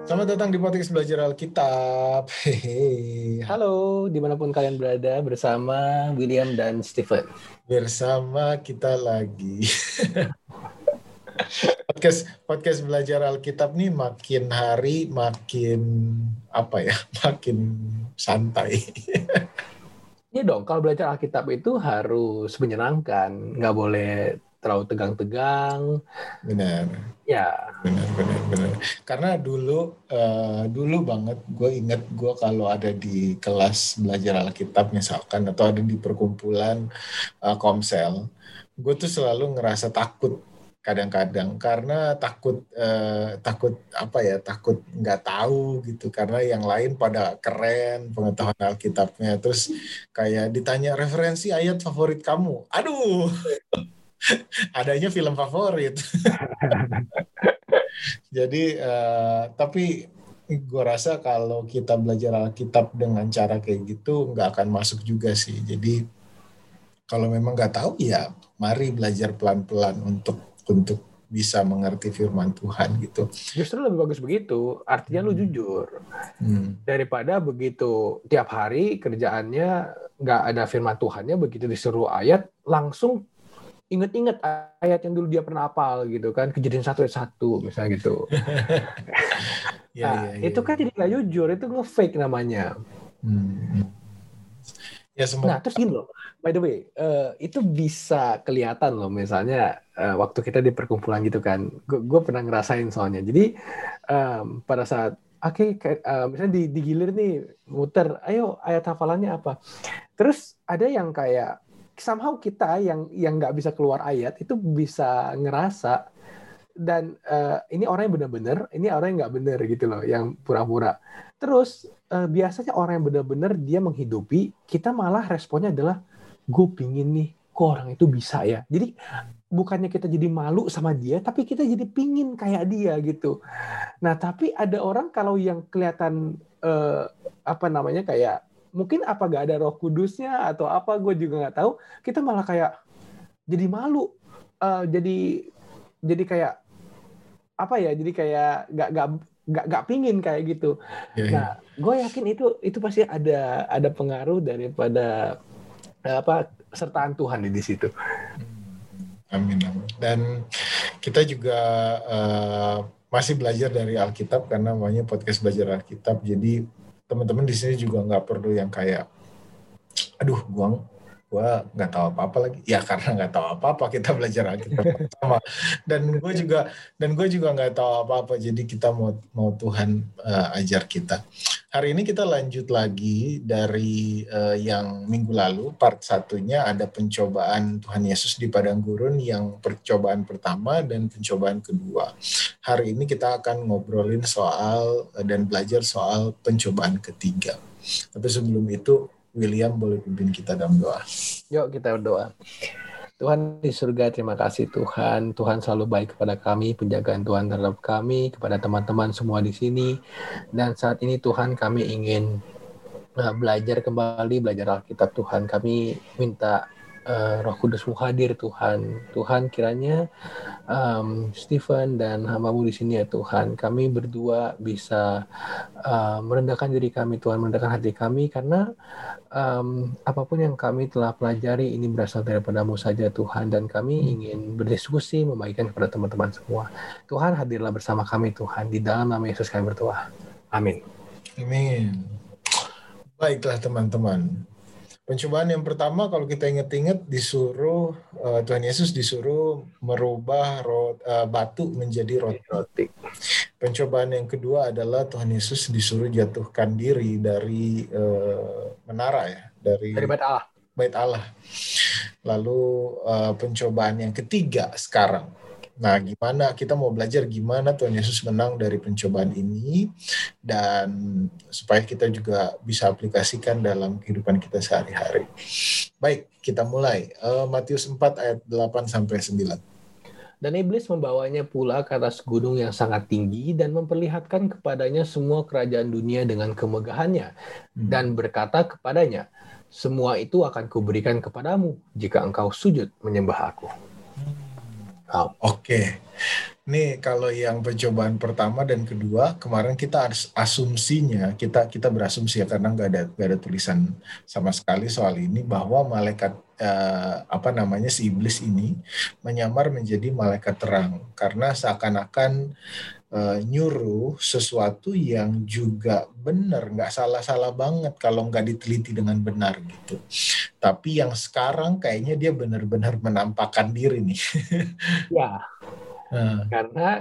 Selamat datang di podcast Belajar Alkitab. Hehe. Halo, dimanapun kalian berada bersama William dan Stephen. Bersama kita lagi. Podcast Belajar Alkitab nih makin hari makin makin santai. Ini dong, kalau belajar Alkitab itu harus menyenangkan, nggak boleh terlalu tegang-tegang. Benar. Ya, Benar. Karena dulu banget gue inget gue kalau ada di kelas belajar Alkitab misalkan atau ada di perkumpulan Komsel, gue tuh selalu ngerasa takut kadang-kadang karena takut nggak tahu gitu karena yang lain pada keren pengetahuan Alkitabnya, terus kayak ditanya referensi ayat favorit kamu, aduh adanya film favorit. Jadi tapi gue rasa kalau kita belajar Alkitab dengan cara kayak gitu nggak akan masuk juga sih. Jadi kalau memang nggak tahu ya mari belajar pelan-pelan untuk bisa mengerti firman Tuhan gitu. justru lebih bagus begitu. Artinya lu jujur. Hmm. Daripada begitu tiap hari kerjaannya nggak ada firman Tuhannya, begitu disuruh ayat, langsung inget-inget ayat yang dulu dia pernah hafal gitu kan. Kejadian 1 ayat 1 misalnya gitu. Itu kan jadi nggak jujur, itu nge-fake namanya. Ya, Nah, terus gini loh, by the way, itu bisa kelihatan loh, misalnya waktu kita di perkumpulan gitu kan, gue pernah ngerasain soalnya. Jadi pada saat, misalnya di gilir nih, muter, ayo ayat hafalannya apa? Terus ada yang kayak, somehow kita yang nggak bisa keluar ayat, itu bisa ngerasa, dan ini orang yang benar-benar, ini orang yang nggak benar gitu loh, yang pura-pura. Terus biasanya orang yang benar-benar dia menghidupi, kita malah responnya adalah, gue pingin nih, kok orang itu bisa ya. Jadi bukannya kita jadi malu sama dia, tapi kita jadi pingin kayak dia gitu. Nah, tapi ada orang kalau yang kelihatan kayak mungkin apa gak ada Roh Kudusnya atau apa, gue juga nggak tahu. Kita malah kayak jadi malu, jadi kayak apa ya? Jadi kayak nggak pingin kayak gitu. Nah, gue yakin itu pasti ada pengaruh daripada sertaan Tuhan di situ. Amin. Dan kita juga masih belajar dari Alkitab karena namanya podcast belajar Alkitab. Jadi teman-teman di sini juga nggak perlu yang kayak, aduh, gua nggak tahu apa-apa lagi. Ya karena nggak tahu apa-apa kita belajar Alkitab sama. Dan gue juga nggak tahu apa-apa. Jadi kita mau Tuhan ajar kita. Hari ini kita lanjut lagi dari yang minggu lalu, part satunya ada pencobaan Tuhan Yesus di Padang Gurun, yang percobaan pertama dan pencobaan kedua. Hari ini kita akan ngobrolin soal dan belajar soal pencobaan ketiga. Tapi sebelum itu, William boleh pimpin kita dalam doa. Yuk kita berdoa. Tuhan di surga, terima kasih Tuhan. Tuhan selalu baik kepada kami, penjagaan Tuhan terhadap kami, kepada teman-teman semua di sini. Dan saat ini Tuhan, kami ingin belajar kembali, belajar Alkitab Tuhan. Kami minta Roh Kudus-Mu hadir Tuhan. Tuhan kiranya Stephen dan hamba-Mu di sini ya Tuhan, kami berdua bisa merendahkan diri kami Tuhan, merendahkan hati kami, karena apapun yang kami telah pelajari ini berasal daripada-Mu saja Tuhan, dan kami ingin berdiskusi, membagikan kepada teman-teman semua. Tuhan, hadirlah bersama kami Tuhan, di dalam nama Yesus kami berdoa. Amin. Amin. Baiklah teman-teman. Pencobaan yang pertama, kalau kita ingat-ingat, Tuhan Yesus disuruh merubah batu menjadi roti. Pencobaan yang kedua adalah Tuhan Yesus disuruh jatuhkan diri dari menara ya, dari bait Allah. Lalu pencobaan yang ketiga sekarang. Nah, gimana kita mau belajar gimana Tuhan Yesus menang dari pencobaan ini, dan supaya kita juga bisa aplikasikan dalam kehidupan kita sehari-hari. Baik, kita mulai. Matius 4 ayat 8-9. Dan iblis membawanya pula ke atas gunung yang sangat tinggi dan memperlihatkan kepadanya semua kerajaan dunia dengan kemegahannya, dan berkata kepadanya, semua itu akan kuberikan kepadamu jika engkau sujud menyembah aku. Oke. Nih kalau yang percobaan pertama dan kedua kemarin kita asumsinya kita berasumsi ya karena nggak ada tulisan sama sekali soal ini bahwa malaikat apa namanya si iblis ini menyamar menjadi malaikat terang karena seakan-akan nyuruh sesuatu yang juga benar nggak salah-salah banget kalau nggak diteliti dengan benar gitu. Tapi yang sekarang kayaknya dia benar-benar menampakkan diri nih. Ya, Nah, karena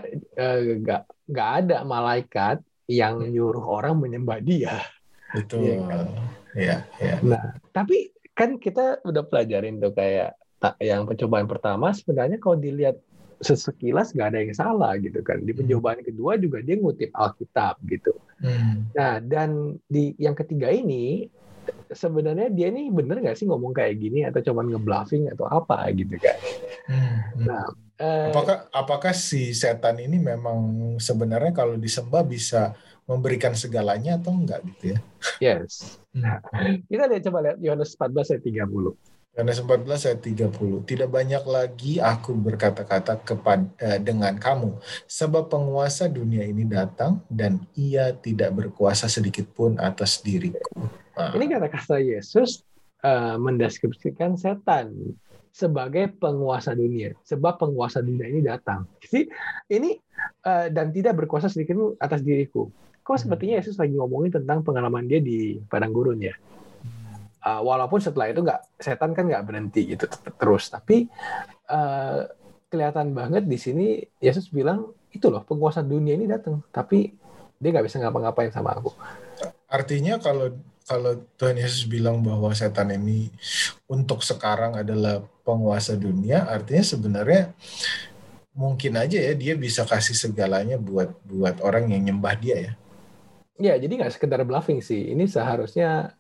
nggak ada malaikat yang nyuruh orang menyembah dia. Iya betul. kan? Ya, ya. Nah, tapi kan kita udah pelajarin tuh kayak yang percobaan pertama sebenarnya kalau dilihat sesekilas nggak ada yang salah gitu kan. Di Hmm, percobaan kedua juga dia ngutip Alkitab gitu. hmm, Nah, dan di yang ketiga ini sebenarnya dia ini bener nggak sih ngomong kayak gini atau cuman ngebluffing atau apa gitu kan. hmm. Nah, eh, Apakah si setan ini memang sebenarnya kalau disembah bisa memberikan segalanya atau enggak gitu ya? yes. Hmm. Kita lihat coba lihat Yohanes 14 ayat 30. Yohanes 14 ayat 30. Tidak banyak lagi aku berkata-kata dengan kamu, sebab penguasa dunia ini datang dan ia tidak berkuasa sedikit pun atas diriku. Ini Nah, kata-kata Yesus mendeskripsikan setan sebagai penguasa dunia. Sebab penguasa dunia ini datang. Jadi ini dan tidak berkuasa sedikit pun atas diriku. Kok sepertinya Yesus lagi ngomongin tentang pengalaman dia di padang gurun ya. Walaupun setelah itu setan kan nggak berhenti gitu terus. Tapi kelihatan banget di sini Yesus bilang itu loh penguasa dunia ini datang. Tapi dia nggak bisa ngapa-ngapain sama aku. artinya kalau kalau Tuhan Yesus bilang bahwa setan ini untuk sekarang adalah penguasa dunia, artinya sebenarnya mungkin aja ya dia bisa kasih segalanya buat buat orang yang nyembah dia ya. Ya, jadi nggak sekedar bluffing sih. Ini seharusnya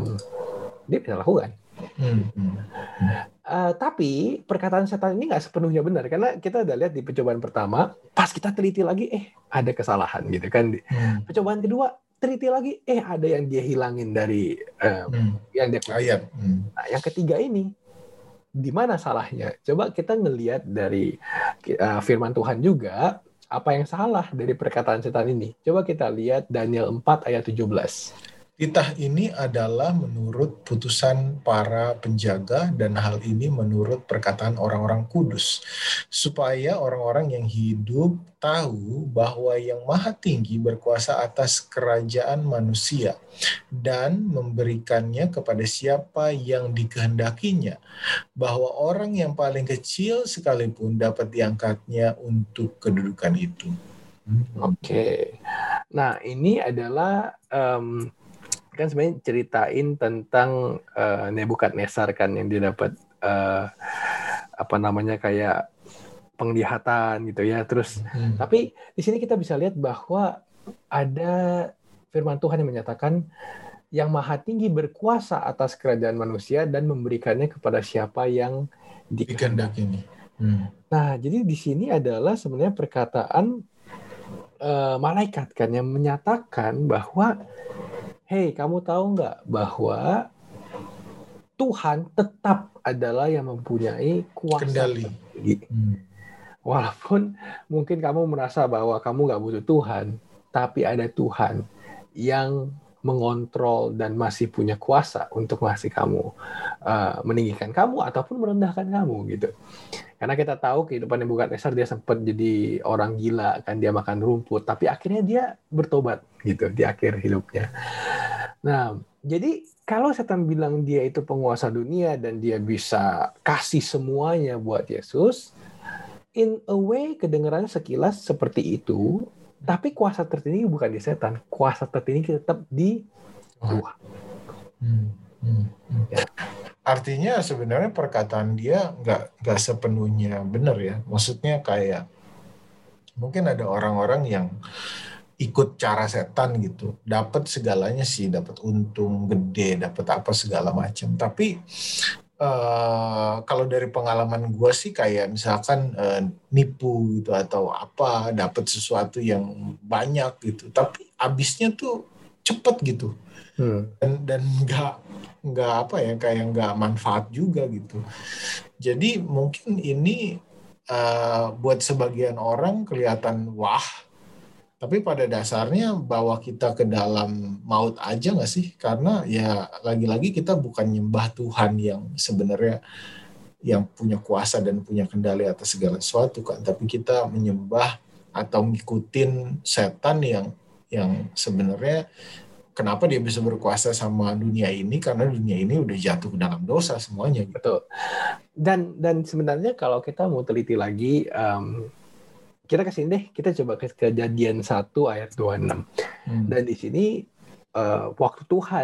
dia bisa lakukan. Hmm, hmm, hmm, Tapi perkataan setan ini nggak sepenuhnya benar karena kita udah lihat di percobaan pertama, pas kita teliti lagi, ada kesalahan gitu kan. hmm, Percobaan kedua teliti lagi, ada yang dia hilangin dari hmm. yang dia kutip. Ayat. Hmm. Nah, yang ketiga ini di mana salahnya? Coba kita ngelihat dari firman Tuhan juga apa yang salah dari perkataan setan ini. Coba kita lihat Daniel 4 ayat 17. Titah ini adalah menurut putusan para penjaga dan hal ini menurut perkataan orang-orang kudus. Supaya orang-orang yang hidup tahu bahwa yang maha tinggi berkuasa atas kerajaan manusia dan memberikannya kepada siapa yang dikehendakinya. Bahwa orang yang paling kecil sekalipun dapat diangkatnya untuk kedudukan itu. Oke. Nah, ini adalah kan sebenarnya ceritain tentang Nebukadnezar kan yang dia dapat apa namanya kayak penglihatan gitu ya. Terus tapi di sini kita bisa lihat bahwa ada firman Tuhan yang menyatakan yang maha tinggi berkuasa atas kerajaan manusia dan memberikannya kepada siapa yang dikehendaki. Ini. Nah, jadi di sini adalah sebenarnya perkataan malaikat kan yang menyatakan bahwa hey, kamu tahu nggak bahwa Tuhan tetap adalah yang mempunyai kuasa Kendali. tertinggi. Walaupun mungkin kamu merasa bahwa kamu nggak butuh Tuhan, tapi ada Tuhan yang mengontrol dan masih punya kuasa untuk masih kamu meninggikan kamu ataupun merendahkan kamu gitu. Karena kita tahu kehidupan Nebukadnezar dia sempat jadi orang gila kan, dia makan rumput, tapi akhirnya dia bertobat gitu di akhir hidupnya. Nah, jadi kalau setan bilang dia itu penguasa dunia dan dia bisa kasih semuanya buat Yesus, in a way kedengarannya sekilas seperti itu, tapi kuasa tertinggi bukan di setan, kuasa tertinggi tetap di Tuhan. Ya. Artinya sebenarnya perkataan dia nggak sepenuhnya benar ya. Maksudnya kayak mungkin ada orang-orang yang ikut cara setan gitu, dapat segalanya sih, dapat untung gede, dapat apa segala macam. Tapi kalau dari pengalaman gue sih kayak misalkan nipu gitu atau apa, dapat sesuatu yang banyak gitu, tapi abisnya tuh cepet gitu dan nggak apa ya kayak nggak manfaat juga gitu. Jadi mungkin ini buat sebagian orang kelihatan wah, tapi pada dasarnya bawa kita ke dalam maut aja nggak sih? Karena ya lagi-lagi kita bukan nyembah Tuhan yang sebenarnya yang punya kuasa dan punya kendali atas segala sesuatu kan, tapi kita menyembah atau ngikutin setan yang sebenarnya kenapa dia bisa berkuasa sama dunia ini, karena dunia ini udah jatuh ke dalam dosa semuanya gitu. Betul. Dan sebenarnya kalau kita mau teliti lagi, kita kesini deh, kita coba ke Kejadian 1 ayat 26. Dan di sini waktu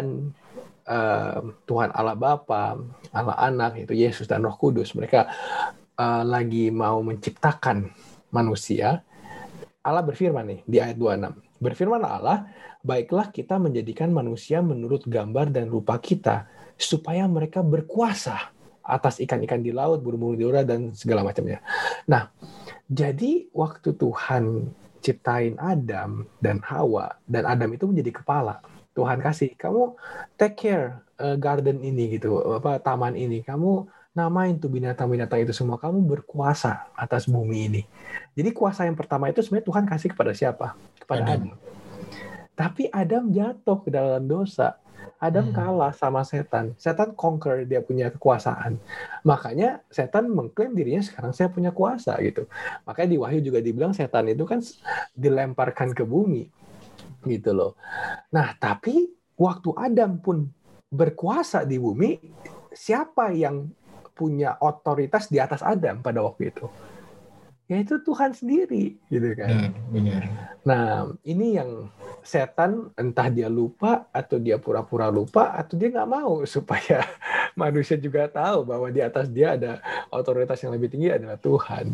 Tuhan Allah Bapa, Allah Anak, itu Yesus dan Roh Kudus, mereka lagi mau menciptakan manusia, Allah berfirman nih di ayat 26. Berfirman Allah, baiklah kita menjadikan manusia menurut gambar dan rupa kita, supaya mereka berkuasa atas ikan-ikan di laut, burung-burung di udara, dan segala macamnya. Nah, jadi waktu Tuhan ciptain Adam dan Hawa, dan Adam itu menjadi kepala. Tuhan kasih, kamu take care garden ini gitu, taman ini. Kamu namain tuh binatang-binatang itu semua. Kamu berkuasa atas bumi ini. Jadi kuasa yang pertama itu sebenarnya Tuhan kasih kepada siapa? Kepada Adam. Tapi Adam jatuh ke dalam dosa. Adam kalah sama setan. Setan conquer, dia punya kekuasaan. Makanya setan mengklaim dirinya sekarang saya punya kuasa gitu. Makanya di Wahyu juga dibilang setan itu kan dilemparkan ke bumi. Gitu loh. Nah, tapi waktu Adam pun berkuasa di bumi, siapa yang punya otoritas di atas Adam pada waktu itu? Yaitu Tuhan sendiri, gitu kan. Benar. Nah, ini yang setan entah dia lupa atau dia pura-pura lupa atau dia nggak mau supaya manusia juga tahu bahwa di atas dia ada otoritas yang lebih tinggi adalah Tuhan.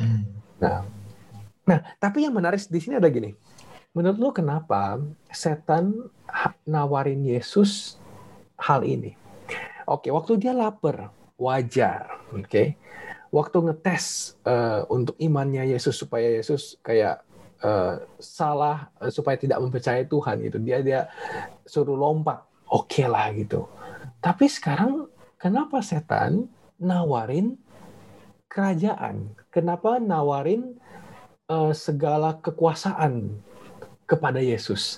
Nah, tapi yang menarik di sini ada gini. Menurut lo kenapa setan nawarin Yesus hal ini? Oke, waktu dia lapar, wajar. Oke. Waktu ngetes untuk imannya Yesus supaya Yesus kayak salah, supaya tidak mempercayai Tuhan gitu. Dia suruh lompat. Oke lah gitu. Tapi sekarang kenapa setan nawarin kerajaan? Kenapa nawarin segala kekuasaan kepada Yesus?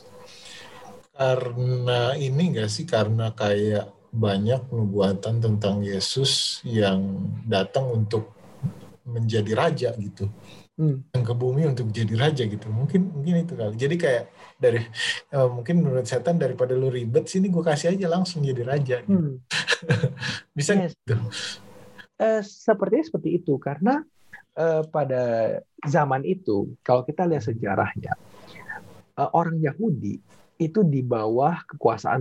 Karena ini nggak sih, karena kayak banyak nubuatan tentang Yesus yang datang untuk menjadi raja gitu, yang ke bumi untuk jadi raja gitu. Mungkin itu kali. Jadi kayak dari mungkin menurut setan, daripada lu ribet sini gue kasih aja langsung jadi raja. Gitu. Bisa gitu. Sepertinya seperti itu karena pada zaman itu kalau kita lihat sejarahnya, orang Yahudi itu di bawah kekuasaan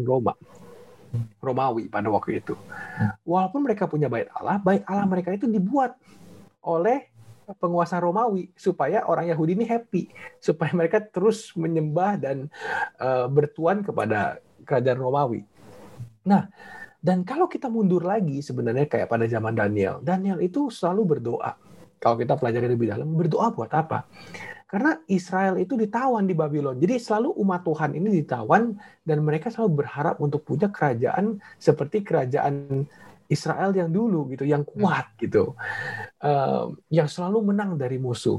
Romawi pada waktu itu. Walaupun mereka punya bait Allah mereka itu dibuat oleh penguasa Romawi supaya orang Yahudi ini happy, supaya mereka terus menyembah dan bertuan kepada kerajaan Romawi. Nah, dan kalau kita mundur lagi sebenarnya kayak pada zaman Daniel itu selalu berdoa. Kalau kita pelajari lebih dalam, berdoa buat apa? Karena Israel itu ditawan di Babylon. Jadi selalu umat Tuhan ini ditawan dan mereka selalu berharap untuk punya kerajaan seperti kerajaan Israel yang dulu gitu, yang kuat gitu. Yang selalu menang dari musuh.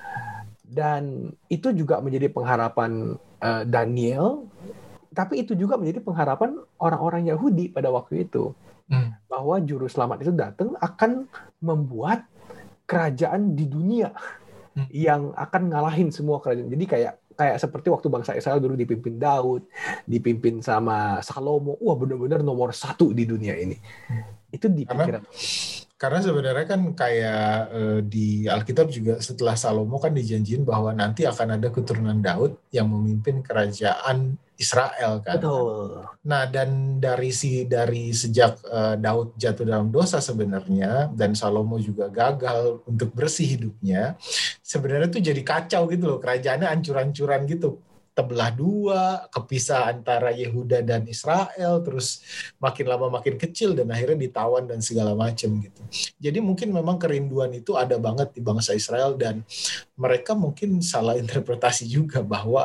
Dan itu juga menjadi pengharapan Daniel, tapi itu juga menjadi pengharapan orang-orang Yahudi pada waktu itu. Bahwa juru selamat itu datang akan membuat kerajaan di dunia yang akan ngalahin semua kerajaan. Jadi kayak seperti waktu bangsa Israel dulu dipimpin Daud, dipimpin sama Salomo. Wah, benar-benar nomor 1 di dunia ini. Itu di pikiran. Karena sebenarnya kan kayak di Alkitab juga setelah Salomo kan dijanjiin bahwa nanti akan ada keturunan Daud yang memimpin kerajaan Israel kan. Betul. Nah, dan dari sejak Daud jatuh dalam dosa sebenarnya, dan Salomo juga gagal untuk bersih hidupnya, sebenarnya tuh jadi kacau gitu loh, kerajaannya hancur-hancuran gitu, terbelah 2, kepisah antara Yehuda dan Israel, terus makin lama makin kecil dan akhirnya ditawan dan segala macam gitu. Jadi mungkin memang kerinduan itu ada banget di bangsa Israel dan mereka mungkin salah interpretasi juga bahwa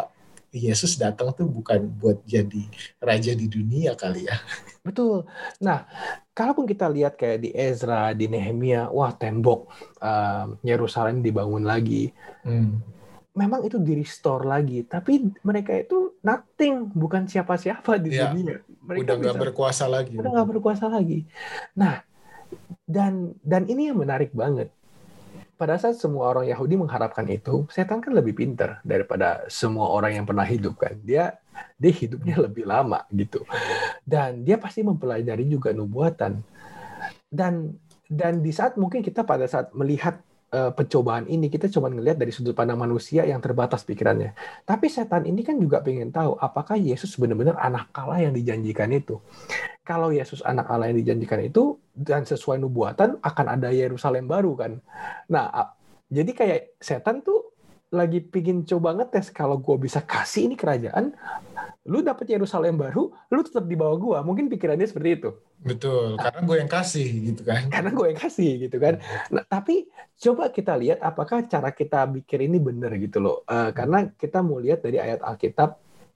Yesus datang tuh bukan buat jadi raja di dunia kali ya. Betul. Nah, kalaupun kita lihat kayak di Ezra, di Nehemia, wah tembok Yerusalem dibangun lagi. Memang itu di-restore lagi, tapi mereka itu nothing, bukan siapa-siapa di Ya, dunia. Mereka udah nggak bisa berkuasa lagi. udah nggak berkuasa lagi. Nah, dan ini yang menarik banget. Pada saat semua orang Yahudi mengharapkan itu, setan kan lebih pintar daripada semua orang yang pernah hidup kan. Dia hidupnya lebih lama gitu. Dan dia pasti mempelajari juga nubuatan. Dan di saat mungkin kita pada saat melihat pencobaan ini, kita cuma ngelihat dari sudut pandang manusia yang terbatas pikirannya. Tapi setan ini kan juga pengen tahu apakah Yesus benar-benar anak Allah yang dijanjikan itu. Kalau Yesus anak Allah yang dijanjikan itu dan sesuai nubuatan akan ada Yerusalem baru kan. Nah, jadi kayak setan tuh lagi pingin coba ngetes, kalau gue bisa kasih ini kerajaan, lu dapet Yerusalem baru, lu tetap di bawah gue. Mungkin pikirannya seperti itu. Betul, karena gue yang kasih gitu kan. Karena gue yang kasih gitu kan. Nah, tapi coba kita lihat apakah cara kita pikir ini benar gitu loh. Karena kita mau lihat dari ayat Alkitab,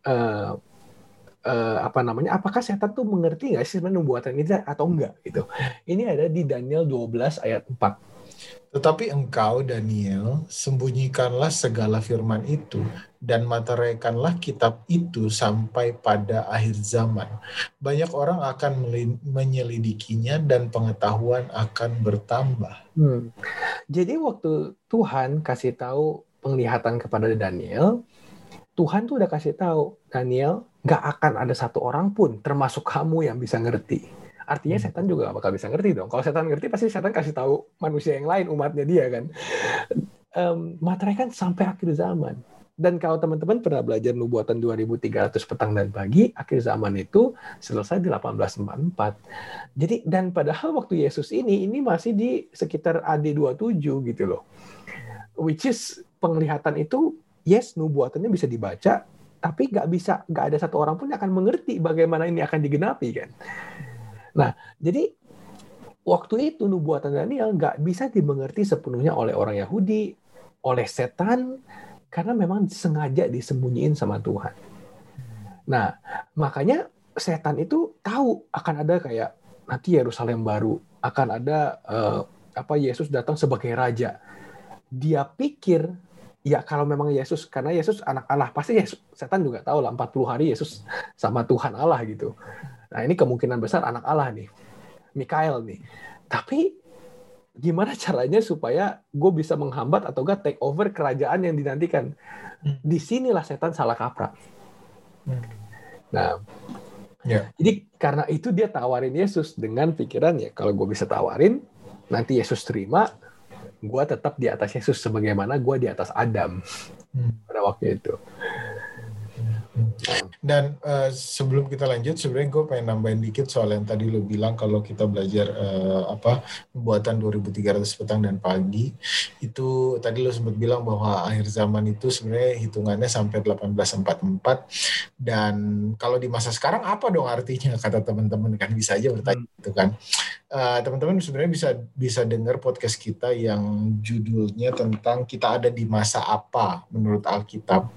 apakah setan tuh mengerti nggak sih sebenarnya nubuatan ini atau enggak gitu. Ini ada di Daniel 12 ayat 4. Tetapi engkau, Daniel, sembunyikanlah segala firman itu dan materaikanlah kitab itu sampai pada akhir zaman. Banyak orang akan menyelidikinya dan pengetahuan akan bertambah. Jadi waktu Tuhan kasih tahu penglihatan kepada Daniel, Tuhan tuh udah kasih tahu, Daniel, nggak akan ada satu orang pun, termasuk kamu, yang bisa ngerti. Artinya setan juga gak bakal bisa ngerti dong. Kalau setan ngerti, pasti setan kasih tahu manusia yang lain, umatnya dia kan. Materaikan sampai akhir zaman. Dan kalau teman-teman pernah belajar nubuatan 2300 petang dan pagi, akhir zaman itu selesai di 1844. Jadi, dan padahal waktu Yesus ini masih di sekitar AD 27 gitu loh. Which is, penglihatan itu, yes, nubuatannya bisa dibaca, tapi nggak ada satu orang pun yang akan mengerti bagaimana ini akan digenapi kan. Nah, jadi waktu itu nubuatan Daniel nggak bisa dimengerti sepenuhnya oleh orang Yahudi, oleh setan, karena memang sengaja disembunyiin sama Tuhan. Nah, makanya setan itu tahu akan ada kayak nanti Yerusalem baru, akan ada Yesus datang sebagai raja. Dia pikir, ya kalau memang Yesus, karena Yesus anak Allah, pasti setan juga tahu lah 40 hari Yesus sama Tuhan Allah gitu. Nah, ini kemungkinan besar anak Allah nih, Mikael nih. Tapi gimana caranya supaya gue bisa menghambat atau gak take over kerajaan yang dinantikan? Disinilah setan salah kaprah. Nah, jadi karena itu dia tawarin Yesus dengan pikiran, ya kalau gue bisa tawarin, nanti Yesus terima, gue tetap di atas Yesus sebagaimana gue di atas Adam pada waktu itu. Dan sebelum kita lanjut, sebenarnya gue pengen nambahin dikit soal yang tadi lo bilang kalau kita belajar nubuatan 2300 petang dan pagi, itu tadi lo sempat bilang bahwa akhir zaman itu sebenarnya hitungannya sampai 1844. Dan kalau di masa sekarang apa dong artinya, kata teman-teman kan, bisa aja bertanya gitu kan. Teman-teman sebenarnya bisa dengar podcast kita yang judulnya tentang kita ada di masa apa menurut Alkitab.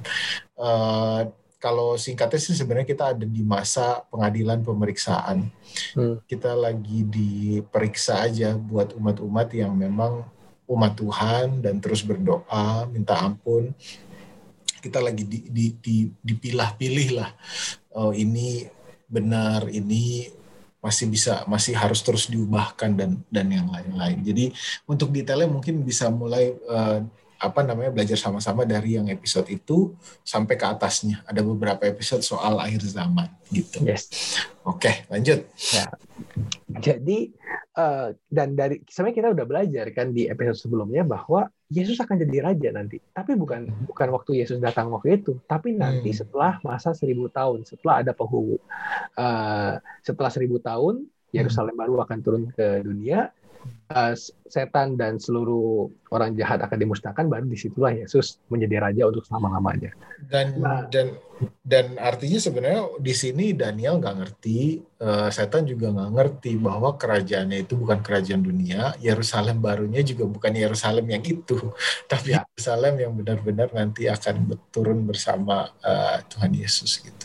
Kalau singkatnya sih sebenarnya kita ada di masa pengadilan pemeriksaan. Kita lagi diperiksa aja buat umat-umat yang memang umat Tuhan dan terus berdoa, minta ampun. Kita lagi dipilah-pilih lah. Oh, ini benar, ini masih harus terus diubahkan dan yang lain-lain. Jadi untuk detailnya mungkin bisa mulai belajar sama-sama dari yang episode itu sampai ke atasnya. Ada beberapa episode soal akhir zaman gitu. Yes. Oke, lanjut. Ya. Jadi dan dari sebenarnya kita udah belajar kan di episode sebelumnya bahwa Yesus akan jadi raja nanti. Tapi bukan waktu Yesus datang waktu itu, tapi nanti setelah masa 1000 tahun, setelah ada penghulu. Setelah 1000 tahun Yerusalem baru akan turun ke dunia, setan dan seluruh orang jahat akan dimusnahkan, baru disitulah Yesus menjadi raja untuk selama-lamanya. Dan Nah, artinya sebenarnya di sini Daniel nggak ngerti, setan juga nggak ngerti bahwa kerajaannya itu bukan kerajaan dunia, Yerusalem barunya juga bukan Yerusalem yang itu, tapi ya. Yerusalem yang benar-benar nanti akan turun bersama Tuhan Yesus gitu.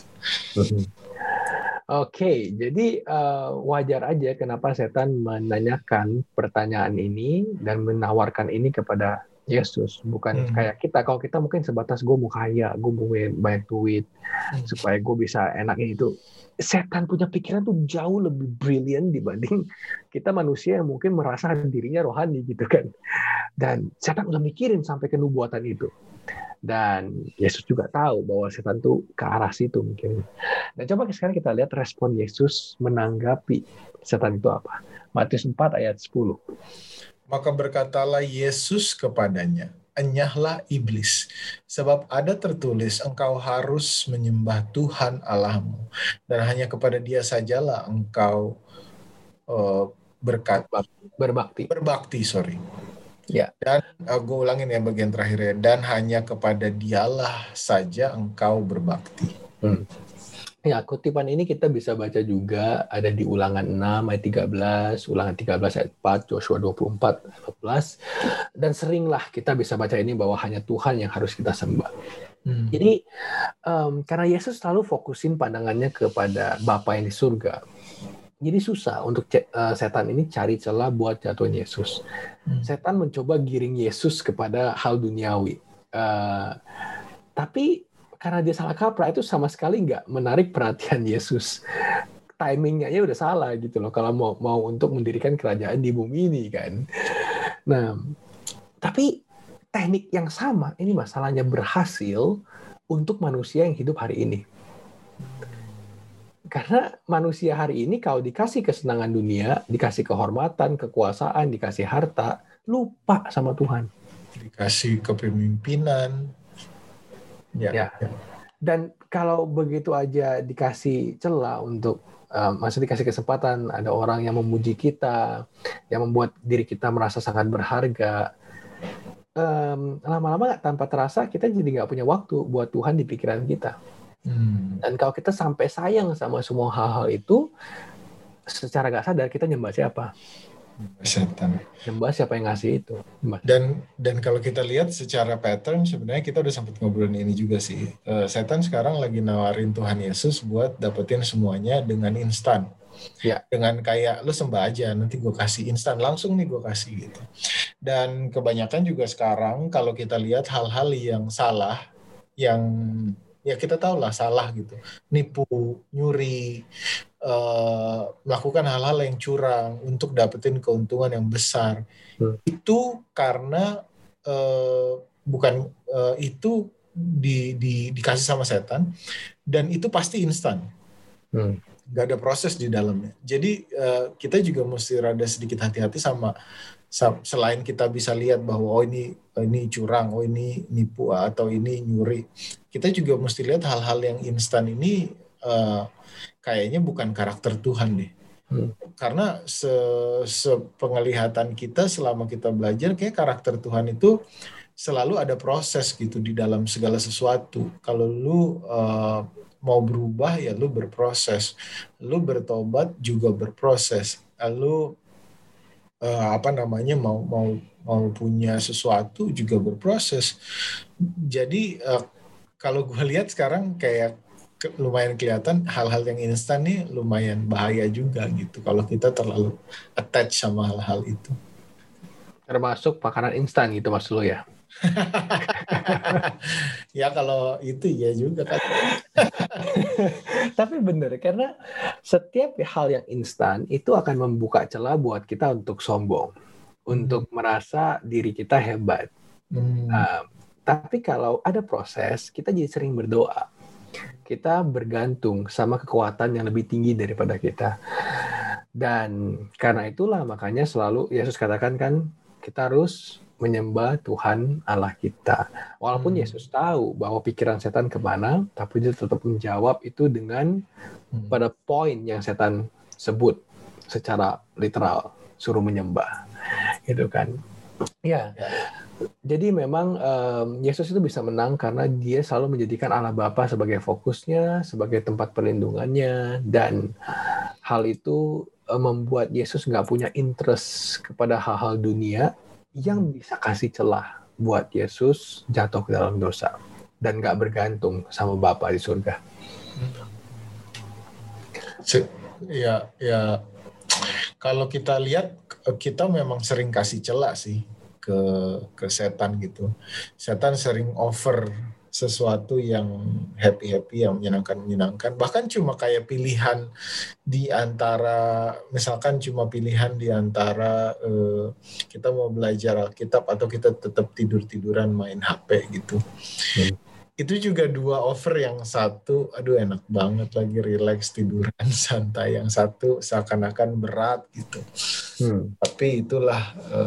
Oke, jadi wajar aja kenapa setan menanyakan pertanyaan ini dan menawarkan ini kepada Yesus. Bukan kayak kita, kalau kita mungkin sebatas gue mau kaya, gue mau banyak duit, supaya gue bisa enaknya itu. Setan punya pikiran tuh jauh lebih brilian dibanding kita manusia yang mungkin merasa dirinya rohani gitu kan. Dan setan udah mikirin sampai ke nubuatan itu. Dan Yesus juga tahu bahwa setan tuh ke arah situ mungkin. Dan coba sekarang kita lihat respon Yesus menanggapi setan itu apa. Matius 4 ayat 10. Maka berkatalah Yesus kepadanya, enyahlah iblis, sebab ada tertulis engkau harus menyembah Tuhan Allahmu, dan hanya kepada Dia sajalah engkau berbakti. Ya. Dan gue ulangin ya bagian terakhirnya, dan hanya kepada Dialah saja engkau berbakti. Ya, kutipan ini kita bisa baca juga ada di Ulangan 6 ayat 13, Ulangan 13 ayat 4, Yosua 24 ayat 14. Dan seringlah kita bisa baca ini bahwa hanya Tuhan yang harus kita sembah. Jadi karena Yesus selalu fokusin pandangannya kepada Bapa yang di surga, jadi susah untuk setan ini cari celah buat jatuhin Yesus. Setan mencoba giring Yesus kepada hal duniawi. Tapi karena dia salah kaprah, itu sama sekali nggak menarik perhatian Yesus. Timingnya udah salah gitu loh, kalau mau untuk mendirikan kerajaan di bumi ini kan. Nah, tapi teknik yang sama ini masalahnya berhasil untuk manusia yang hidup hari ini. Karena manusia hari ini kalau dikasih kesenangan dunia, dikasih kehormatan, kekuasaan, dikasih harta, lupa sama Tuhan. Dikasih kepemimpinan. Ya. Dan kalau begitu aja dikasih celah untuk, maksudnya dikasih kesempatan, ada orang yang memuji kita, yang membuat diri kita merasa sangat berharga, lama-lama tanpa terasa kita jadi nggak punya waktu buat Tuhan di pikiran kita. Dan kalau kita sampai sayang sama semua hal-hal itu, secara nggak sadar kita nyembah siapa? Setan. Nyembah siapa yang ngasih itu. Dan kalau kita lihat secara pattern, sebenarnya kita udah sempat ngobrolin ini juga sih. Setan sekarang lagi nawarin Tuhan Yesus buat dapetin semuanya dengan instan. Ya. Dengan kayak lu sembah aja, nanti gue kasih instan, langsung nih gue kasih gitu. Dan kebanyakan juga sekarang kalau kita lihat hal-hal yang salah, yang ya kita tahu lah salah gitu, nipu, nyuri, melakukan hal-hal yang curang untuk dapetin keuntungan yang besar, itu karena bukan itu dikasih sama setan, dan itu pasti instan, nggak ada proses di dalamnya. Jadi kita juga mesti rada sedikit hati-hati sama selain kita bisa lihat bahwa oh ini curang, oh ini nipu atau ini nyuri, kita juga mesti lihat hal-hal yang instan ini kayaknya bukan karakter Tuhan deh. Karena sepenglihatan kita selama kita belajar, kayak karakter Tuhan itu selalu ada proses gitu di dalam segala sesuatu. Kalau lu mau berubah ya lu berproses, lu bertobat juga berproses, lu mau punya sesuatu juga berproses. Jadi kalau gue lihat sekarang kayak lumayan kelihatan hal-hal yang instan nih lumayan bahaya juga gitu kalau kita terlalu attach sama hal-hal itu. Termasuk makanan instan gitu maksud lo ya? Ya kalau itu ya juga kan. Tapi benar, karena setiap hal yang instan itu akan membuka celah buat kita untuk sombong, untuk merasa diri kita hebat. Tapi kalau ada proses, kita jadi sering berdoa. Kita bergantung sama kekuatan yang lebih tinggi daripada kita. Dan karena itulah makanya selalu Yesus katakan kan, kita harus menyembah Tuhan Allah kita. Walaupun Yesus tahu bahwa pikiran setan kemana, tapi dia tetap menjawab itu dengan pada poin yang setan sebut. secara literal, suruh menyembah, gitu kan. Ya, jadi memang Yesus itu bisa menang karena dia selalu menjadikan Allah Bapa sebagai fokusnya, sebagai tempat perlindungannya, dan hal itu membuat Yesus nggak punya interest kepada hal-hal dunia yang bisa kasih celah buat Yesus jatuh ke dalam dosa dan nggak bergantung sama Bapa di surga. Ya, kalau kita lihat, kita memang sering kasih celah sih ke setan gitu. Setan sering offer sesuatu yang happy, yang menyenangkan. Bahkan cuma kayak pilihan di antara, misalkan cuma pilihan di antara kita mau belajar Alkitab atau kita tetap tidur-tiduran main HP gitu. Itu juga dua offer, yang satu aduh enak banget lagi relax tiduran santai, yang satu seakan-akan berat gitu. Tapi itulah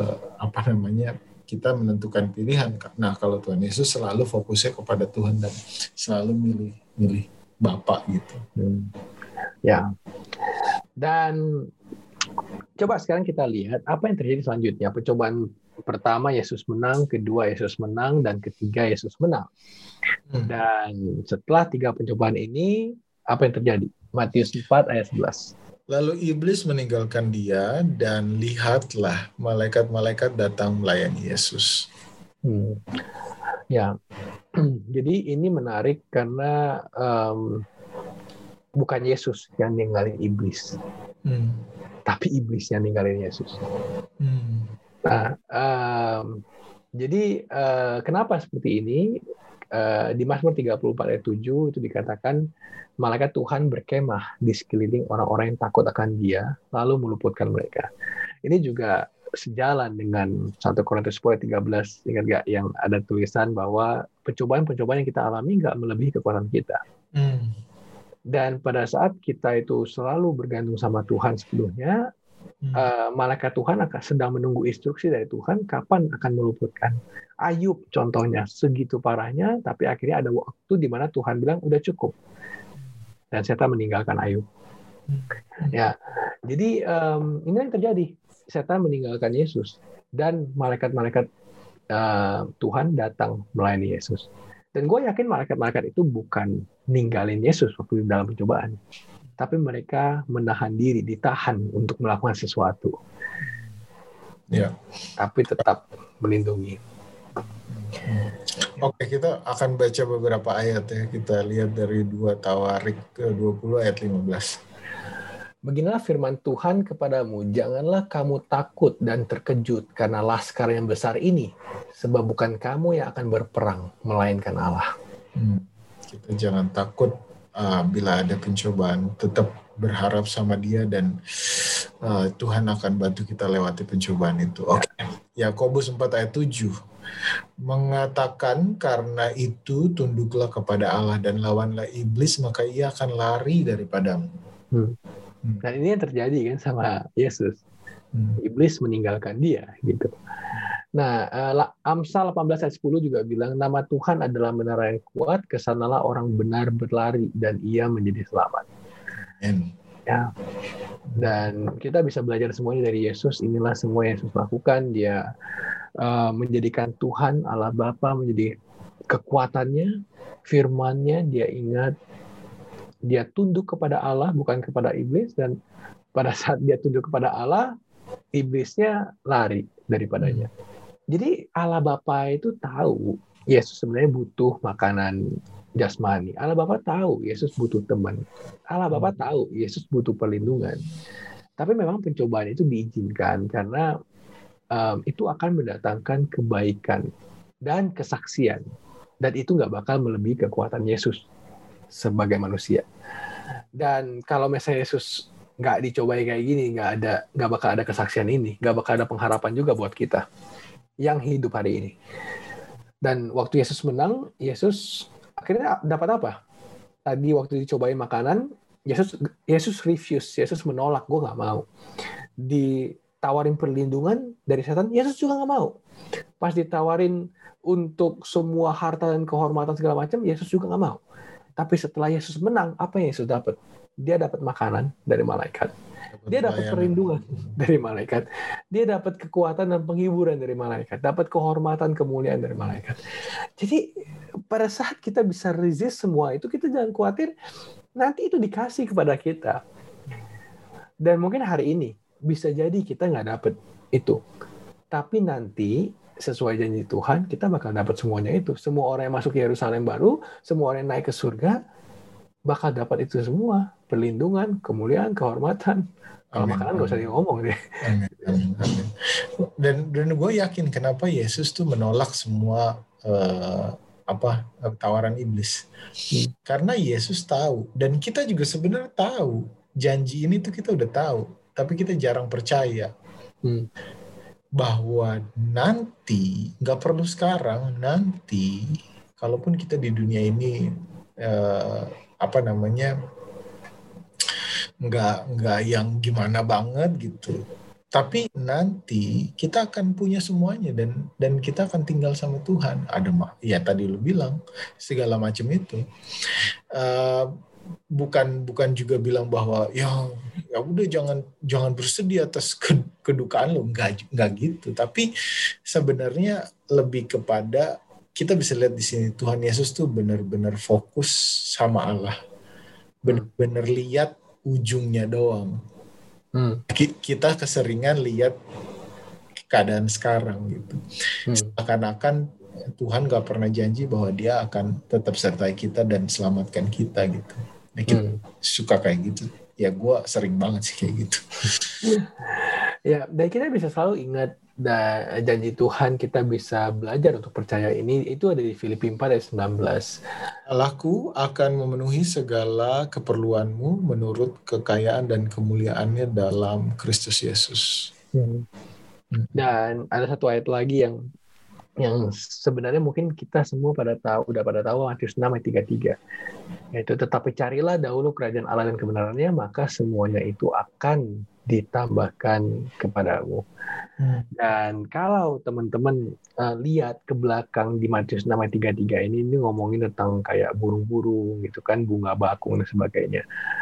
kita menentukan pilihan. Nah, kalau Tuhan Yesus selalu fokusnya kepada Tuhan dan selalu milih Bapa gitu. Ya. Dan coba sekarang kita lihat apa yang terjadi selanjutnya. Percobaan pertama Yesus menang, kedua Yesus menang, dan ketiga Yesus menang. Dan setelah 3 pencobaan ini, apa yang terjadi? Matius 4 ayat 11. Lalu iblis meninggalkan dia, dan lihatlah malaikat-malaikat datang melayani Yesus. Ya, jadi ini menarik karena bukan Yesus yang ninggalin iblis, tapi iblis yang ninggalin Yesus. Nah, jadi kenapa seperti ini? Di Mazmur 34 ayat 7 itu dikatakan malaikat Tuhan berkemah di sekeliling orang-orang yang takut akan Dia, lalu meluputkan mereka. Ini juga sejalan dengan 1 Korintus 10 ayat 13, ingat nggak, yang ada tulisan bahwa pencobaan-pencobaan yang kita alami nggak melebihi kekuatan kita. Dan pada saat kita itu selalu bergantung sama Tuhan sepenuhnya, malaikat Tuhan akan sedang menunggu instruksi dari Tuhan kapan akan meluputkan. Ayub contohnya, segitu parahnya, tapi akhirnya ada waktu di mana Tuhan bilang udah cukup, dan setan meninggalkan Ayub. Ya, jadi ini yang terjadi. Setan meninggalkan Yesus dan malaikat-malaikat Tuhan datang melayani Yesus. Dan gue yakin malaikat-malaikat itu bukan ninggalin Yesus waktu di dalam pencobaan, tapi mereka menahan diri, ditahan untuk melakukan sesuatu. Ya. Tapi tetap melindungi. Oke, kita akan baca beberapa ayat ya. Kita lihat dari 2 Tawarik 20 ayat 15. Beginilah firman Tuhan kepadamu, janganlah kamu takut dan terkejut karena laskar yang besar ini, sebab bukan kamu yang akan berperang, melainkan Allah. Kita jangan takut bila ada pencobaan, tetap berharap sama Dia, dan Tuhan akan bantu kita lewati pencobaan itu. Oke. Yakobus 4 ayat 7 mengatakan, karena itu tunduklah kepada Allah dan lawanlah iblis, maka ia akan lari daripadamu. Dan ini yang terjadi kan sama Yesus. Iblis meninggalkan dia gitu. Nah, Amsal 18 ayat 10 juga bilang, nama Tuhan adalah menara yang kuat, kesanalah orang benar berlari dan ia menjadi selamat. Ya. Dan kita bisa belajar semuanya dari Yesus. Inilah semua yang Yesus lakukan. Dia menjadikan Tuhan Allah Bapa menjadi kekuatannya, firman-Nya dia ingat, dia tunduk kepada Allah bukan kepada iblis, dan pada saat dia tunduk kepada Allah, iblisnya lari daripadanya. Jadi Allah Bapa itu tahu Yesus sebenarnya butuh makanan jasmani. Allah Bapa tahu Yesus butuh teman. Allah Bapa tahu Yesus butuh perlindungan. Tapi memang pencobaan itu diizinkan karena itu akan mendatangkan kebaikan dan kesaksian, dan itu nggak bakal melebihi kekuatan Yesus sebagai manusia. Dan kalau misalnya Yesus nggak dicobai kayak gini, nggak bakal ada kesaksian ini, nggak bakal ada pengharapan juga buat kita yang hidup hari ini. Dan waktu Yesus menang, Yesus akhirnya dapat apa? Tadi waktu dicobain makanan, Yesus refuse, Yesus menolak, gue nggak mau. Ditawarin perlindungan dari setan, Yesus juga nggak mau. Pas ditawarin untuk semua harta dan kehormatan segala macam, Yesus juga nggak mau. Tapi setelah Yesus menang, apa yang Yesus dapat? Dia dapat makanan dari malaikat. Dia dapat perlindungan dari malaikat. Dia dapat kekuatan dan penghiburan dari malaikat. Dapat kehormatan, kemuliaan dari malaikat. Jadi pada saat kita bisa resist semua itu, kita jangan khawatir nanti itu dikasih kepada kita. Dan mungkin hari ini bisa jadi kita nggak dapat itu. Tapi nanti sesuai janji Tuhan, kita bakal dapat semuanya itu. Semua orang yang masuk ke Yerusalem baru, semua orang yang naik ke surga, bakal dapat itu semua. Perlindungan, kemuliaan, kehormatan. Kalau makanan nggak usah ngomong deh. Amin. Dan gue yakin kenapa Yesus tuh menolak semua tawaran iblis. Karena Yesus tahu, dan kita juga sebenarnya tahu janji ini tuh kita udah tahu, tapi kita jarang percaya bahwa nanti, nggak perlu sekarang, nanti kalaupun kita di dunia ini nggak yang gimana banget gitu, tapi nanti kita akan punya semuanya, dan kita akan tinggal sama Tuhan. Ada ya tadi lu bilang segala macam itu, bukan juga bilang bahwa ya udah jangan bersedih atas kedukaan lo, nggak gitu. Tapi sebenarnya lebih kepada kita bisa lihat di sini Tuhan Yesus tuh benar-benar fokus sama Allah, benar-benar lihat ujungnya doang. Kita keseringan lihat keadaan sekarang gitu. Seakan-akan Tuhan gak pernah janji bahwa dia akan tetap sertai kita dan selamatkan kita gitu. Nah, kita suka kayak gitu. Ya gue sering banget sih kayak gitu. Ya, dan kita bisa selalu ingat janji Tuhan, kita bisa belajar untuk percaya ini. Itu ada di Filipi 4 ayat 19. Allahku akan memenuhi segala keperluanmu menurut kekayaan dan kemuliaannya dalam Kristus Yesus. Dan ada satu ayat lagi yang sebenarnya mungkin kita semua udah pada tahu, Matius 6 ayat 33. Yaitu, tetapi carilah dahulu kerajaan Allah dan kebenarannya, maka semuanya itu akan ditambahkan kepadamu. Dan kalau teman-teman lihat ke belakang di Matius 6 ayat 33 ini ngomongin tentang kayak burung-burung gitu kan, bunga bakung dan sebagainya.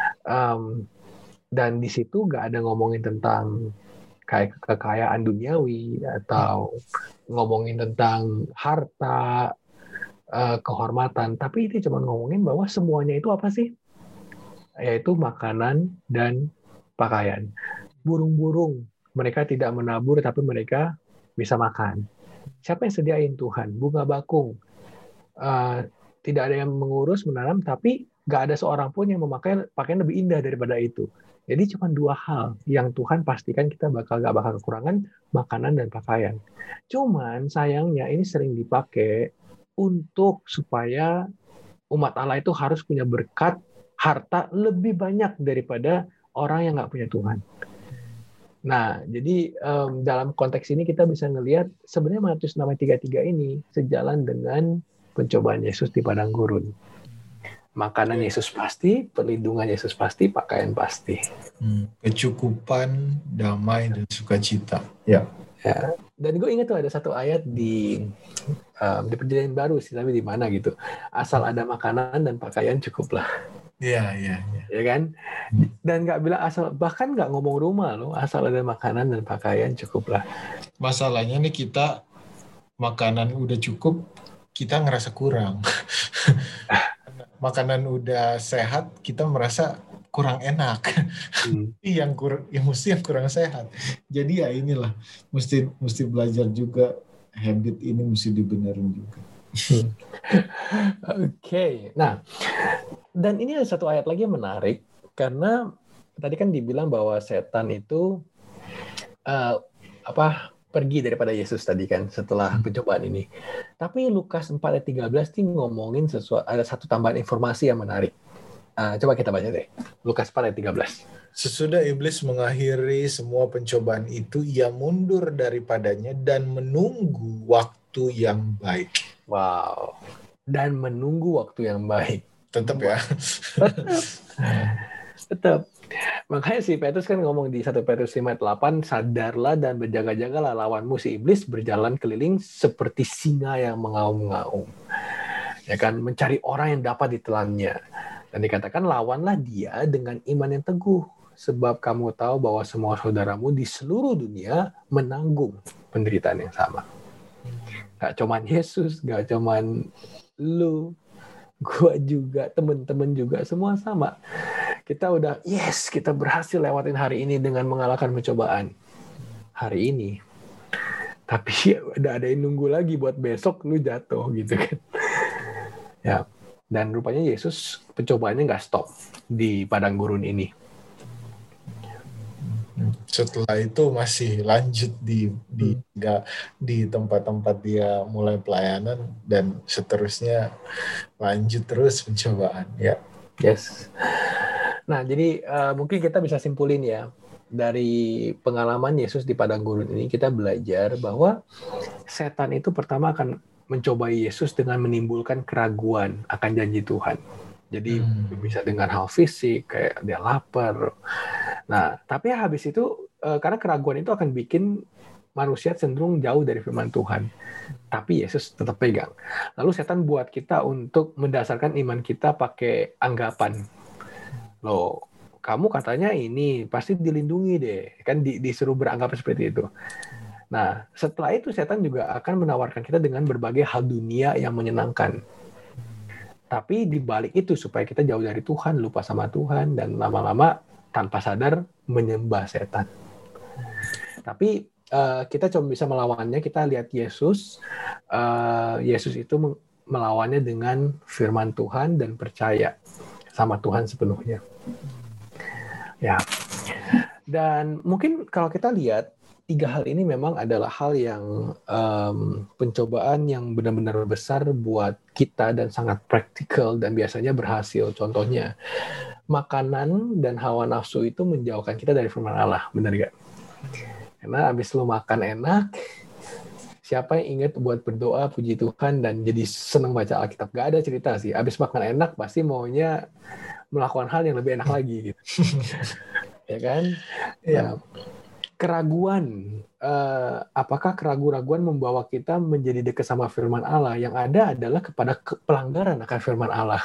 Dan di situ nggak ada ngomongin tentang kayak kekayaan duniawi atau ngomongin tentang harta, kehormatan, tapi itu cuma ngomongin bahwa semuanya itu apa sih? Yaitu makanan dan pakaian. Burung-burung, mereka tidak menabur tapi mereka bisa makan. Siapa yang sediain? Tuhan. Bunga bakung, tidak ada yang mengurus, menanam, tapi nggak ada seorang pun yang memakai pakaian lebih indah daripada itu. Jadi cuma dua hal yang Tuhan pastikan kita nggak bakal kekurangan, makanan dan pakaian. Cuman sayangnya ini sering dipakai untuk supaya umat Allah itu harus punya berkat harta lebih banyak daripada orang yang nggak punya Tuhan. Nah, jadi dalam konteks ini kita bisa ngelihat sebenarnya Matius 6:33 ini sejalan dengan pencobaan Yesus di padang gurun. Makanan Yesus pasti, perlindungan Yesus pasti, pakaian pasti. Kecukupan, damai, dan sukacita. Ya. Dan gue ingat tuh ada satu ayat di Perjanjian Baru sih, tapi di mana gitu. Asal ada makanan dan pakaian cukuplah. Iya. Ya kan? Dan nggak bilang asal, bahkan nggak ngomong rumah loh, asal ada makanan dan pakaian cukuplah. Masalahnya nih kita makanan udah cukup, kita ngerasa kurang. Makanan udah sehat, kita merasa kurang enak. yang kurang sehat. Jadi ya inilah, mesti belajar juga, habit ini mesti dibenerin juga. Oke. Nah, dan ini ada satu ayat lagi yang menarik, karena tadi kan dibilang bahwa setan itu pergi daripada Yesus tadi kan setelah pencobaan ini. Tapi Lukas 4 ayat 13 nih ngomongin ada satu tambahan informasi yang menarik. Coba kita baca deh. Lukas 4 ayat 13. Sesudah iblis mengakhiri semua pencobaan itu, ia mundur daripadanya dan menunggu waktu yang baik. Wow. Dan menunggu waktu yang baik. Tetap ya. Tetap. Makanya si Petrus kan ngomong di 1 Petrus 5 ayat 8, sadarlah dan berjaga-jagalah, lawanmu si iblis berjalan keliling seperti singa yang mengaum-ngaum. Ya kan, mencari orang yang dapat ditelannya. Dan dikatakan lawanlah dia dengan iman yang teguh. sebab kamu tahu bahwa semua saudaramu di seluruh dunia menanggung penderitaan yang sama. Gak cuman Yesus, gak cuman lu, gua juga, temen-temen juga, semua sama. Kita udah, yes, kita berhasil lewatin hari ini dengan mengalahkan pencobaan. Hari ini. Tapi udah ada yang nunggu lagi buat besok lu jatuh gitu kan. Ya. Dan rupanya Yesus pencobaannya nggak stop di padang gurun ini. Setelah itu masih lanjut di tempat-tempat dia mulai pelayanan, dan seterusnya lanjut terus pencobaan ya. Yes. Nah, jadi mungkin kita bisa simpulin ya, dari pengalaman Yesus di padang gurun ini kita belajar bahwa setan itu pertama akan mencobai Yesus dengan menimbulkan keraguan akan janji Tuhan. Jadi bisa dengan hal fisik, kayak dia lapar. Nah, tapi habis itu karena keraguan itu akan bikin manusia cenderung jauh dari firman Tuhan. Tapi Yesus tetap pegang. Lalu setan buat kita untuk mendasarkan iman kita pakai anggapan. Loh, kamu katanya ini pasti dilindungi deh. Kan disuruh beranggapan seperti itu. Nah, setelah itu setan juga akan menawarkan kita dengan berbagai hal dunia yang menyenangkan. Tapi di balik itu supaya kita jauh dari Tuhan, lupa sama Tuhan, dan lama-lama tanpa sadar menyembah setan. Tapi kita cuma bisa melawannya, kita lihat Yesus. Yesus itu melawannya dengan firman Tuhan dan percaya sama Tuhan sepenuhnya. Ya. Dan mungkin kalau kita lihat, 3 hal ini memang adalah hal yang pencobaan yang benar-benar besar buat kita dan sangat praktikal dan biasanya berhasil. Contohnya, makanan dan hawa nafsu itu menjauhkan kita dari firman Allah, benar gak? Karena abis lu makan enak, siapa yang ingat buat berdoa, puji Tuhan, dan jadi senang baca Alkitab? Gak ada cerita sih. Abis makan enak, pasti maunya melakukan hal yang lebih enak lagi. Gitu. Ya kan? Ya. Keraguan, apakah keraguan membawa kita menjadi dekat sama firman Allah? Yang ada adalah kepada pelanggaran akan firman Allah.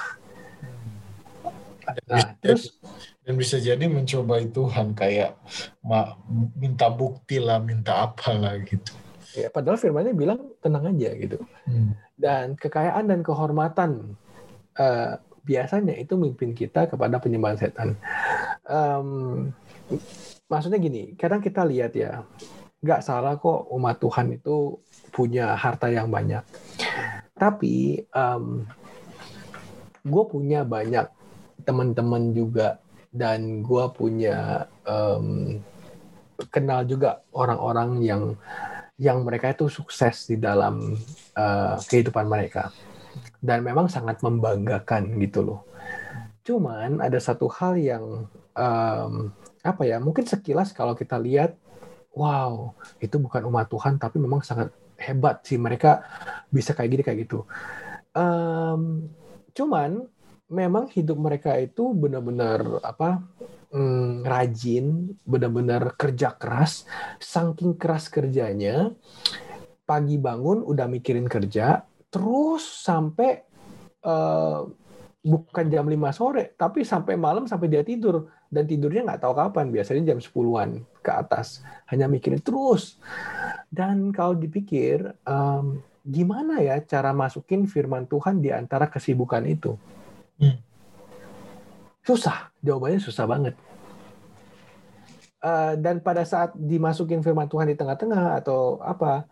Nah, dan bisa jadi mencobai Tuhan, kayak minta bukti lah, minta apalah gitu. Ya, padahal firman-Nya bilang tenang aja gitu. Dan kekayaan dan kehormatan biasanya itu mimpin kita kepada penyembahan setan. Maksudnya gini, kadang kita lihat ya, nggak salah kok umat Tuhan itu punya harta yang banyak. Tapi gue punya banyak teman-teman juga, dan gue punya kenal juga orang-orang yang mereka itu sukses di dalam kehidupan mereka. Dan memang sangat membanggakan gitu loh. Cuman ada satu hal yang mungkin sekilas kalau kita lihat, wow, itu bukan umat Tuhan, tapi memang sangat hebat sih mereka bisa kayak gitu. Cuman memang hidup mereka itu benar-benar rajin, benar-benar kerja keras, saking keras kerjanya, pagi bangun udah mikirin kerja, terus sampai bukan jam 5 sore, tapi sampai malam sampai dia tidur. Dan tidurnya nggak tahu kapan, biasanya jam 10-an ke atas. Hanya mikirin terus. Dan kalau dipikir, gimana ya cara masukin firman Tuhan di antara kesibukan itu? Susah, jawabannya susah banget. Dan pada saat dimasukin firman Tuhan di tengah-tengah atau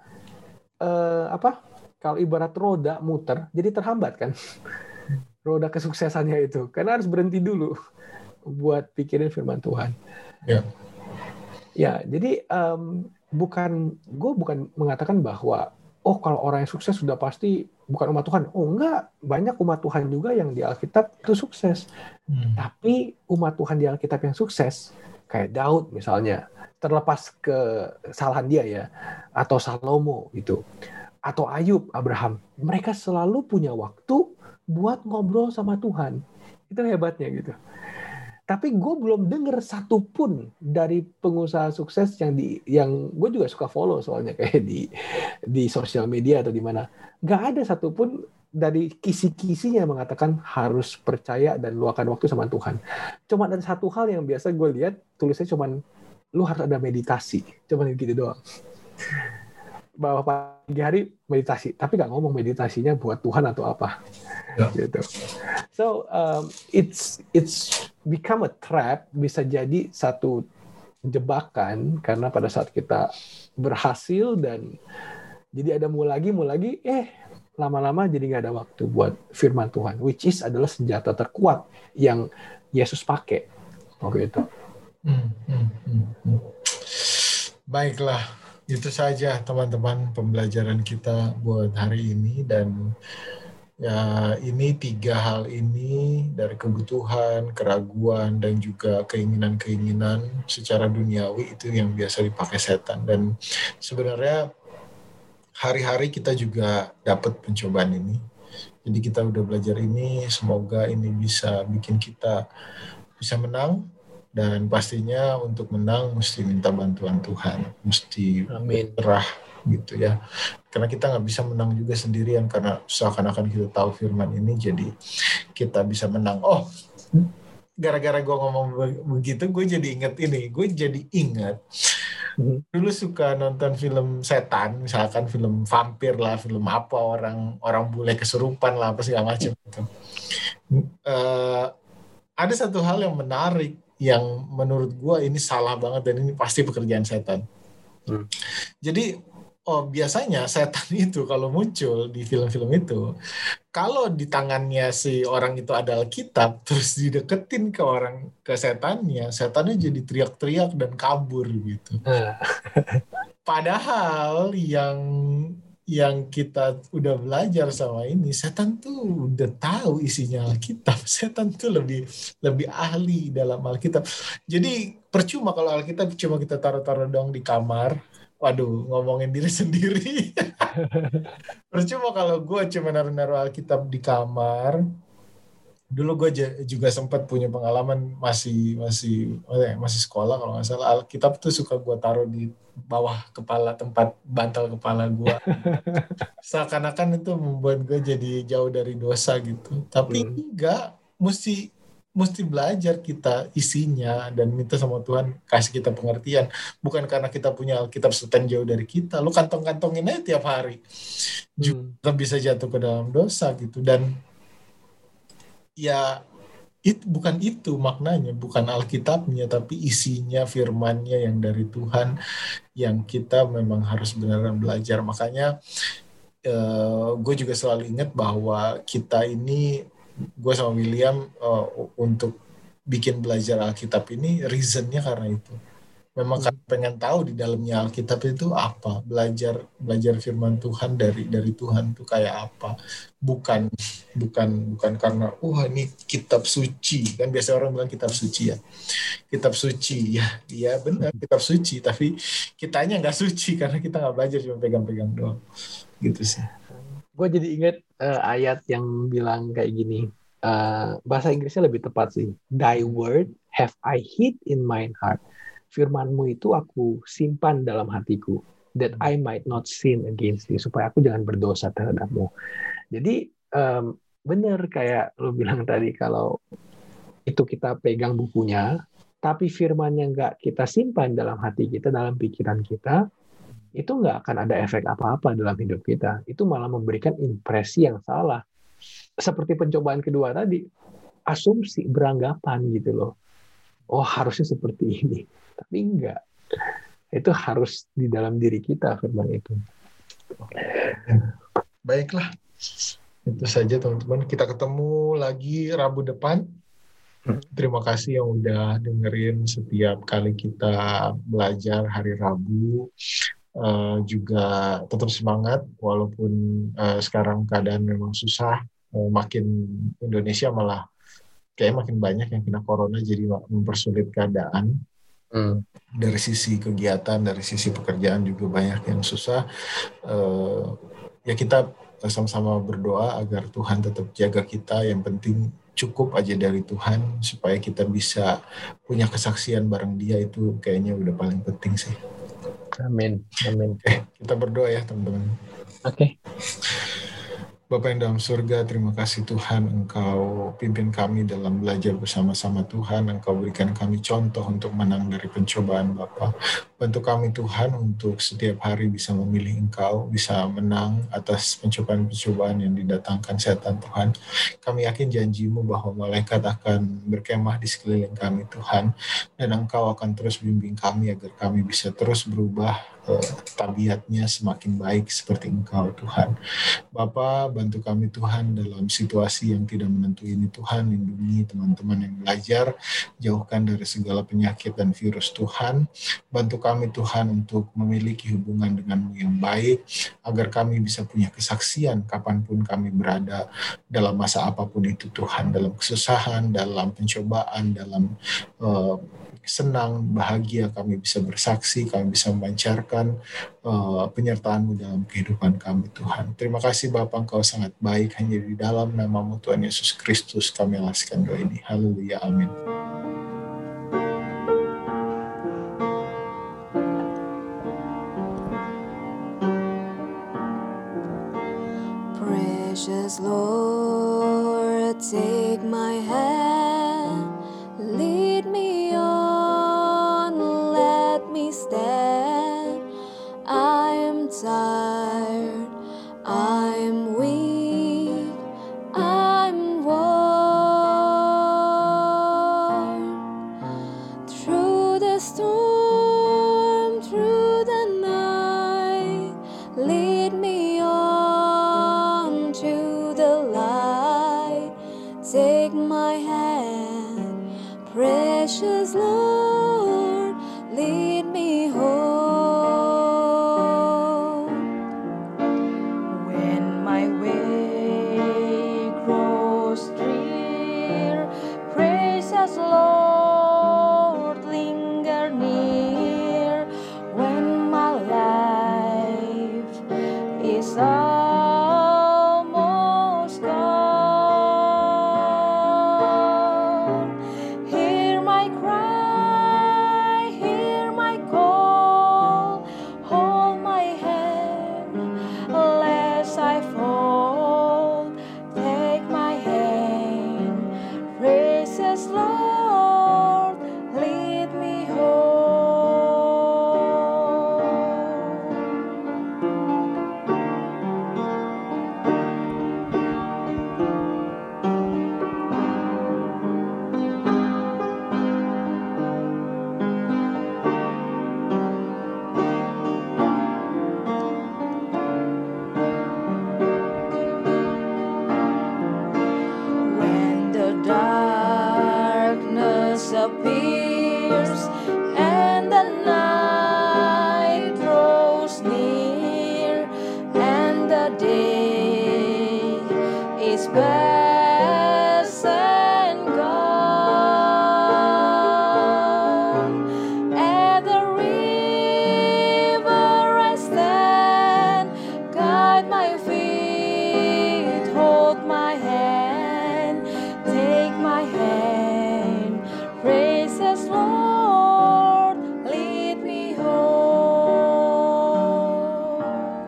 kalau ibarat roda muter, jadi terhambat kan? Roda kesuksesannya itu, karena harus berhenti dulu buat pikirin firman Tuhan. Ya, jadi gue bukan mengatakan bahwa kalau orang yang sukses sudah pasti bukan umat Tuhan. Oh enggak, banyak umat Tuhan juga yang di Alkitab itu sukses. Tapi umat Tuhan di Alkitab yang sukses, kayak Daud misalnya, terlepas kesalahan dia ya, atau Salomo gitu, atau Ayub, Abraham, mereka selalu punya waktu buat ngobrol sama Tuhan. Itu hebatnya gitu. Tapi gue belum dengar satupun dari pengusaha sukses yang gue juga suka follow soalnya, kayak di sosial media atau di mana, nggak ada satupun dari kisi-kisinya mengatakan harus percaya dan luangkan waktu sama Tuhan. Cuma ada satu hal yang biasa gue lihat tulisnya cuman lu harus ada meditasi, cuman gitu doang. Bahwa pagi hari meditasi, tapi nggak ngomong meditasinya buat Tuhan atau apa, gitu. So it's become a trap, bisa jadi satu jebakan karena pada saat kita berhasil dan jadi ada mau lagi, lama-lama jadi nggak ada waktu buat firman Tuhan, which is adalah senjata terkuat yang Yesus pakai waktu itu. Baiklah, itu saja teman-teman pembelajaran kita buat hari ini, dan ya ini 3 hal ini dari kebutuhan, keraguan, dan juga keinginan-keinginan secara duniawi itu yang biasa dipakai setan. Dan sebenarnya hari-hari kita juga dapat pencobaan ini. Jadi kita udah belajar ini, semoga ini bisa bikin kita bisa menang. Dan pastinya untuk menang mesti minta bantuan Tuhan, mesti berserah gitu ya. Karena kita nggak bisa menang juga sendirian, karena seakan-akan kita tahu firman ini, jadi kita bisa menang. Oh, gara-gara gue ngomong begitu, gue jadi ingat dulu suka nonton film setan, misalkan film vampir lah, film apa, orang bule kesurupan lah, apa segala macam gitu. Ada satu hal yang menarik yang menurut gue ini salah banget dan ini pasti pekerjaan setan. Jadi biasanya setan itu kalau muncul di film-film itu, kalau di tangannya si orang itu ada Alkitab, terus dideketin ke setannya jadi teriak-teriak dan kabur gitu. Padahal yang kita udah belajar sama ini, setan tuh udah tahu isinya Alkitab. Setan tuh lebih ahli dalam Alkitab. Jadi percuma kalau Alkitab cuma kita taruh-taruh dong di kamar. Waduh, ngomongin diri sendiri. Percuma kalau gue cuma naruh-naruh Alkitab di kamar. Dulu gue juga sempat punya pengalaman masih sekolah kalau nggak salah, Alkitab tuh suka gue taruh di bawah kepala, tempat bantal kepala gue. Seakan-akan itu membuat gue jadi jauh dari dosa gitu. Tapi enggak, mesti belajar kita isinya dan minta sama Tuhan kasih kita pengertian. Bukan karena kita punya Alkitab setan jauh dari kita. Lu kantong-kantongin aja tiap hari. Juga bisa jatuh ke dalam dosa gitu. Dan ya bukan itu maknanya, bukan Alkitabnya, tapi isinya, firmannya yang dari Tuhan, yang kita memang harus benar-benar belajar. Makanya gue juga selalu ingat bahwa kita ini, gue sama William untuk bikin belajar Alkitab ini, reasonnya karena itu. Memang pengen tahu di dalamnya Alkitab itu apa, belajar firman Tuhan dari Tuhan itu kayak apa, bukan karena ini kitab suci, kan biasa orang bilang kitab suci ya, kitab suci ya benar kitab suci, tapi kitanya nggak suci karena kita nggak belajar, cuma pegang-pegang doang gitu sih. Gue jadi ingat ayat yang bilang kayak gini, bahasa Inggrisnya lebih tepat sih, Thy word have I hid in mine heart. Firman-Mu itu aku simpan dalam hatiku, that I might not sin against thee, supaya aku jangan berdosa terhadap-Mu. Jadi benar kayak lu bilang tadi, kalau itu kita pegang bukunya, tapi firman-nya nggak kita simpan dalam hati kita, dalam pikiran kita, itu nggak akan ada efek apa-apa dalam hidup kita. Itu malah memberikan impresi yang salah. Seperti pencobaan kedua tadi, asumsi, beranggapan gitu loh. Oh, harusnya seperti ini. Tapi enggak. Itu harus di dalam diri kita firman itu. Baiklah. Itu saja teman-teman. Kita ketemu lagi Rabu depan. Terima kasih yang udah dengerin setiap kali kita belajar hari Rabu. Juga tetap semangat walaupun sekarang keadaan memang susah. Makin Indonesia malah kayak makin banyak yang kena corona, jadi mempersulit keadaan. Dari sisi kegiatan, dari sisi pekerjaan juga banyak yang susah. Ya kita sama-sama berdoa agar Tuhan tetap jaga kita. Yang penting cukup aja dari Tuhan, supaya kita bisa punya kesaksian bareng Dia, itu kayaknya udah paling penting sih. Amin. Oke, kita berdoa ya teman-teman. Oke. Bapa yang dalam surga, terima kasih Tuhan, Engkau pimpin kami dalam belajar bersama-sama Tuhan. Engkau berikan kami contoh untuk menang dari pencobaan Bapa. Bantu kami Tuhan untuk setiap hari bisa memilih Engkau, bisa menang atas pencobaan-pencobaan yang didatangkan setan Tuhan. Kami yakin janji-Mu bahwa malaikat akan berkemah di sekeliling kami Tuhan, dan Engkau akan terus bimbing kami agar kami bisa terus berubah tabiatnya semakin baik seperti Engkau Tuhan. Bapa, bantu kami Tuhan dalam situasi yang tidak menentu ini Tuhan, lindungi teman-teman yang belajar, jauhkan dari segala penyakit dan virus Tuhan. Bantu kami Tuhan untuk memiliki hubungan dengan-Mu yang baik, agar kami bisa punya kesaksian kapanpun kami berada dalam masa apapun itu Tuhan, dalam kesusahan, dalam pencobaan, dalam senang, bahagia, kami bisa bersaksi, kami bisa memancarkan penyertaan-Mu dalam kehidupan kami Tuhan. Terima kasih Bapa, Engkau sangat baik, hanya di dalam nama-Mu Tuhan Yesus Kristus kami alaskan doa ini. Haleluya, amin. Precious Lord, take my hand, lead me on, let me stand. I am tired, I am weak, I'm worn. Through the storm, through the night, lead me on to the light. Take my hand, precious Lord, lead me home. When my way grows drear, precious Lord, linger near. When my life is almost gone, hear my cry, hear my call, hold my hand lest I fall. Take my hand, precious Lord, lead me home. When the darkness appears and the night draws near and the day is past and gone, at the river I stand, guide my feet, hold my hand, take my hand, precious Lord, lead me home.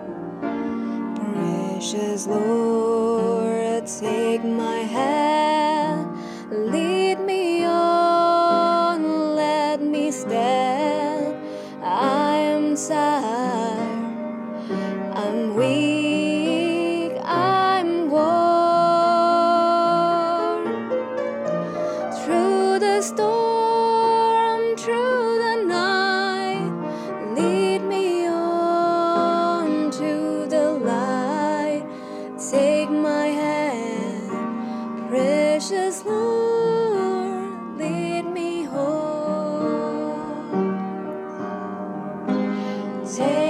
Precious Lord, take my hand, lead me on, let me stand. I am tired, I'm weak, I'm worn. Through the storm, through the night, lead me on to the light. Take my hand, precious Lord, lead me home. Take